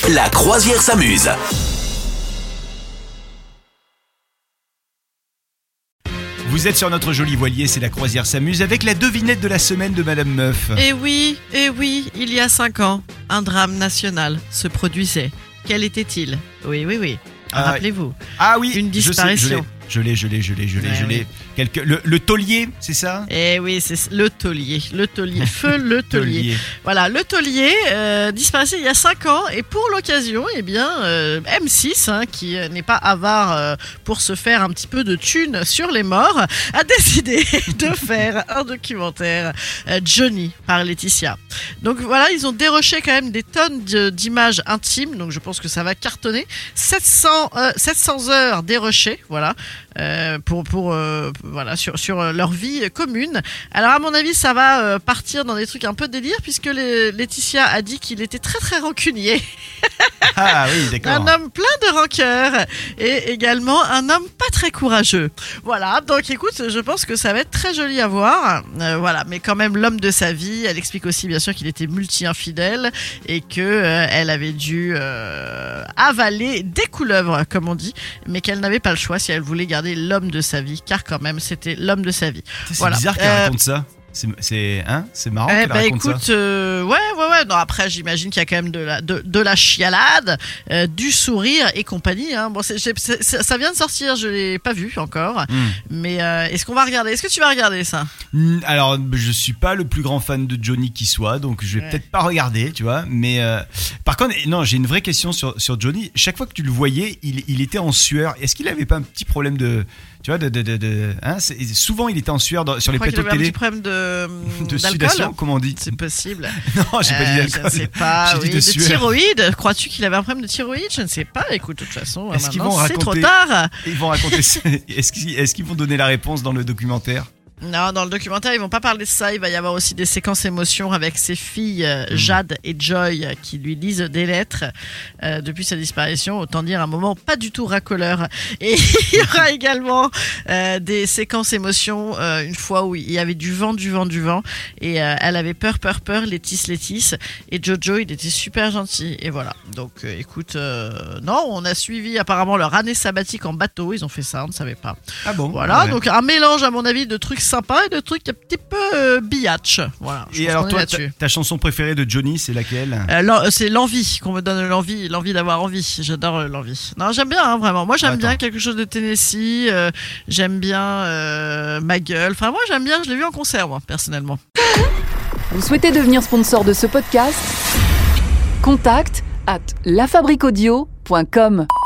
La croisière s'amuse. Vous êtes sur notre joli voilier, c'est la croisière s'amuse avec la devinette de la semaine de Madame Meuf. Et oui, il y a 5 ans, un drame national se produisait. Quel était-il ? Oui. Rappelez-vous. Ah oui, une disparition. Je l'ai. Oui. Le taulier, c'est ça ? Eh oui, c'est le taulier, feu le taulier. Voilà, le taulier disparaissait il y a 5 ans et pour l'occasion, M6, qui n'est pas avare pour se faire un petit peu de thunes sur les morts, a décidé de faire un documentaire Johnny par Laetitia. Donc voilà, ils ont déroché quand même des tonnes d'images intimes, donc je pense que ça va cartonner. 700 heures dérochées, voilà. Sur leur vie commune. Alors à mon avis ça va partir dans des trucs un peu délire puisque Laetitia a dit qu'il était très très rancunier. Ah oui, d'accord. Un homme plein de rancœur et également un homme pas très courageux. Voilà, donc écoute, je pense que ça va être très joli à voir. Voilà, mais quand même l'homme de sa vie. Elle explique aussi bien sûr qu'il était multi-infidèle et que elle avait dû avaler des couleuvres comme on dit, mais qu'elle n'avait pas le choix si elle voulait garder l'homme de sa vie, car quand même c'était l'homme de sa vie. C'est bizarre qu'elle raconte ça. C'est marrant qu'elle raconte écoute, ça. Ouais. Non, après, j'imagine qu'il y a quand même de la chialade, du sourire et compagnie. Hein. Bon, ça vient de sortir, je l'ai pas vu encore. Mais est-ce qu'on va regarder ? Est-ce que tu vas regarder ça ? Alors, je suis pas le plus grand fan de Johnny qui soit, donc je vais peut-être pas regarder, tu vois. Mais par contre, non, j'ai une vraie question sur Johnny. Chaque fois que tu le voyais, il était en sueur. Est-ce qu'il avait pas un petit problème de, tu vois, souvent il était en sueur sur les plateaux de télé. Un petit problème de sudation, comment on dit ? C'est possible. Non, j'ai pas dit d'alcool. Je ne sais pas. J'ai dit de sueur. Thyroïde. Crois-tu qu'il avait un problème de thyroïde ? Je ne sais pas. Écoute, de toute façon, c'est trop tard. Ils vont raconter. Est-ce qu'ils vont donner la réponse dans le documentaire ? Non, dans le documentaire, ils vont pas parler de ça. Il va y avoir aussi des séquences émotions avec ses filles Jade et Joy qui lui lisent des lettres depuis sa disparition. Autant dire un moment pas du tout racoleur. Et il y aura également des séquences émotions une fois où il y avait du vent. Et elle avait peur. Laetice. Et Jojo, il était super gentil. Et voilà. Donc, écoute, non, on a suivi apparemment leur année sabbatique en bateau. Ils ont fait ça, on ne savait pas. Ah bon ? Voilà, ouais. Donc un mélange à mon avis de trucs sympa et de trucs un petit peu biatch. Voilà. Et alors toi, ta chanson préférée de Johnny, c'est laquelle ? C'est l'envie, qu'on me donne l'envie d'avoir envie. J'adore l'envie. Non, j'aime bien, hein, vraiment. Moi, j'aime bien quelque chose de Tennessee. J'aime bien Ma Gueule. Enfin, moi, j'aime bien. Je l'ai vu en concert, moi, personnellement. Vous souhaitez devenir sponsor de ce podcast ? Contact @lafabriquaudio.com